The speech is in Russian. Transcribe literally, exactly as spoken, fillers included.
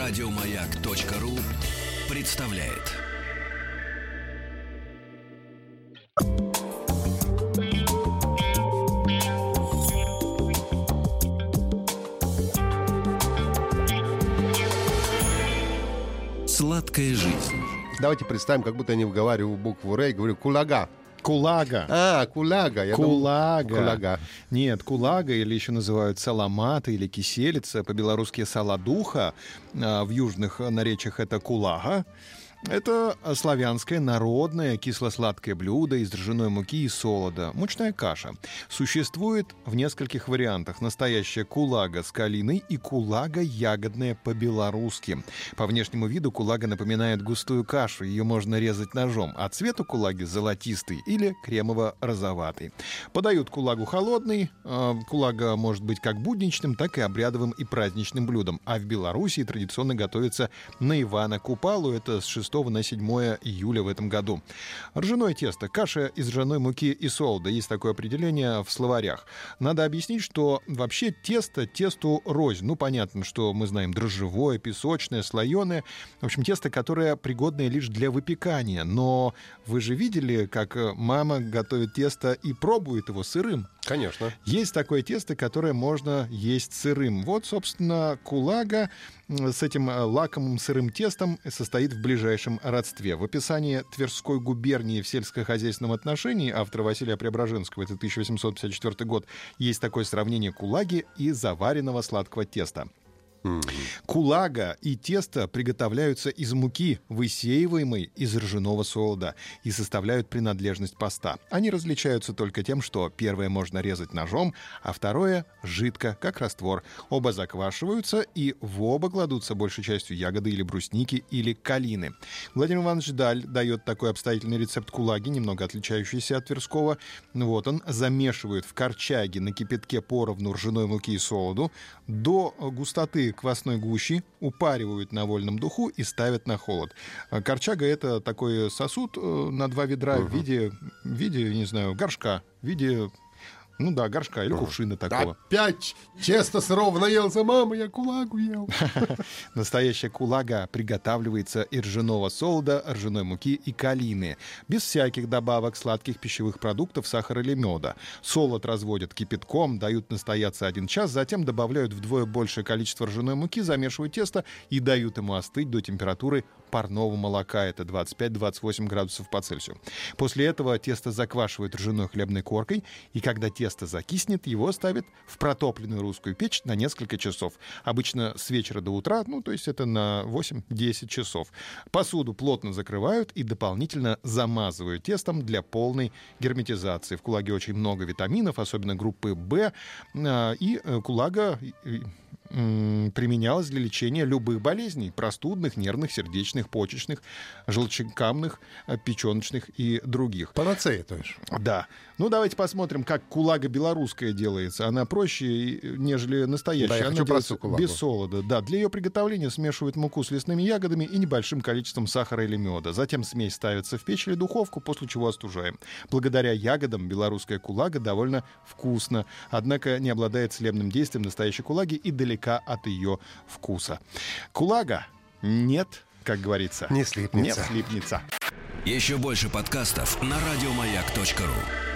Радиомаяк.ру представляет. Сладкая жизнь. Давайте представим, как будто я не выговариваю букву «Р» и говорю «кулага». Кулага. А, кулага. Я Кулага. Думал, кулага. Нет, кулага, или еще называют саламата или киселица, по-белорусски саладуха, в южных наречиях это кулага. Это славянское народное кисло-сладкое блюдо из ржаной муки и солода, мучная каша. Существует в нескольких вариантах. Настоящая кулага с калиной и кулага ягодная по-белорусски. По внешнему виду кулага напоминает густую кашу, ее можно резать ножом, а цвет у кулаги золотистый или кремово-розоватый. Подают кулагу холодный. Кулага может быть как будничным, так и обрядовым и праздничным блюдом. А в Беларуси традиционно готовится на Ивана Купалу, это с шестого на седьмое июля в этом году. Ржаное тесто. Каша из ржаной муки и солода. Есть такое определение в словарях. Надо объяснить, что вообще тесто тесту рознь. Ну, понятно, что мы знаем дрожжевое, песочное, слоеное. В общем, тесто, которое пригодное лишь для выпекания. Но вы же видели, как мама готовит тесто и пробует его сырым? Конечно. Есть такое тесто, которое можно есть сырым. Вот, собственно, кулага с этим лакомым сырым тестом состоит в ближайшем родстве. В описании Тверской губернии в сельскохозяйственном отношении автора Василия Преображенского, это тысяча восемьсот пятьдесят четвёртый год, есть такое сравнение кулаги и заваренного сладкого теста. Mm-hmm. Кулага и тесто приготовляются из муки, высеиваемой из ржаного солода, и составляют принадлежность поста. Они различаются только тем, что первое можно резать ножом, а второе — жидко, как раствор. Оба заквашиваются, и в оба кладутся большей частью ягоды или брусники, или калины. Владимир Иванович Даль дает такой обстоятельный рецепт кулаги, немного отличающийся от тверского. Вот он замешивает в корчаге на кипятке поровну ржаной муки и солоду до густоты квасной гущи, упаривают на вольном духу и ставят на холод. Корчага — это такой сосуд на два ведра uh-huh. в виде, в виде, не знаю, горшка, в виде... Ну да, горшка или кувшина такого. Опять тесто сырого наелся, мама, я кулагу ел. Настоящая кулага приготавливается из ржаного солода, ржаной муки и калины. Без всяких добавок сладких пищевых продуктов, сахара или меда. Солод разводят кипятком, дают настояться один час, затем добавляют вдвое большее количество ржаной муки, замешивают тесто и дают ему остыть до температуры парного молока. Это двадцать пять - двадцать восемь градусов по Цельсию. После этого тесто заквашивают ржаной хлебной коркой, и когда тесто Тесто закиснет, его ставят в протопленную русскую печь на несколько часов. Обычно с вечера до утра, ну, то есть это на восемь-десять часов. Посуду плотно закрывают и дополнительно замазывают тестом для полной герметизации. В кулаге очень много витаминов, особенно группы В, и кулага применялась для лечения любых болезней: простудных, нервных, сердечных, почечных, желчекамных, печёночных и других. Панацея, то есть. Да. Ну, давайте посмотрим, как кулага белорусская делается. Она проще, нежели настоящая. Да, я Она хочу делается кулагу. без солода. Да, для ее приготовления смешивают муку с лесными ягодами и небольшим количеством сахара или меда. Затем смесь ставится в печь или духовку, после чего остужаем. Благодаря ягодам белорусская кулага довольно вкусна, однако не обладает целебным действием настоящей кулаги и далека от ее вкуса. Кулага нет, как говорится, не слипнется. Не слипнется. Еще больше подкастов на радиомаяк точка ру.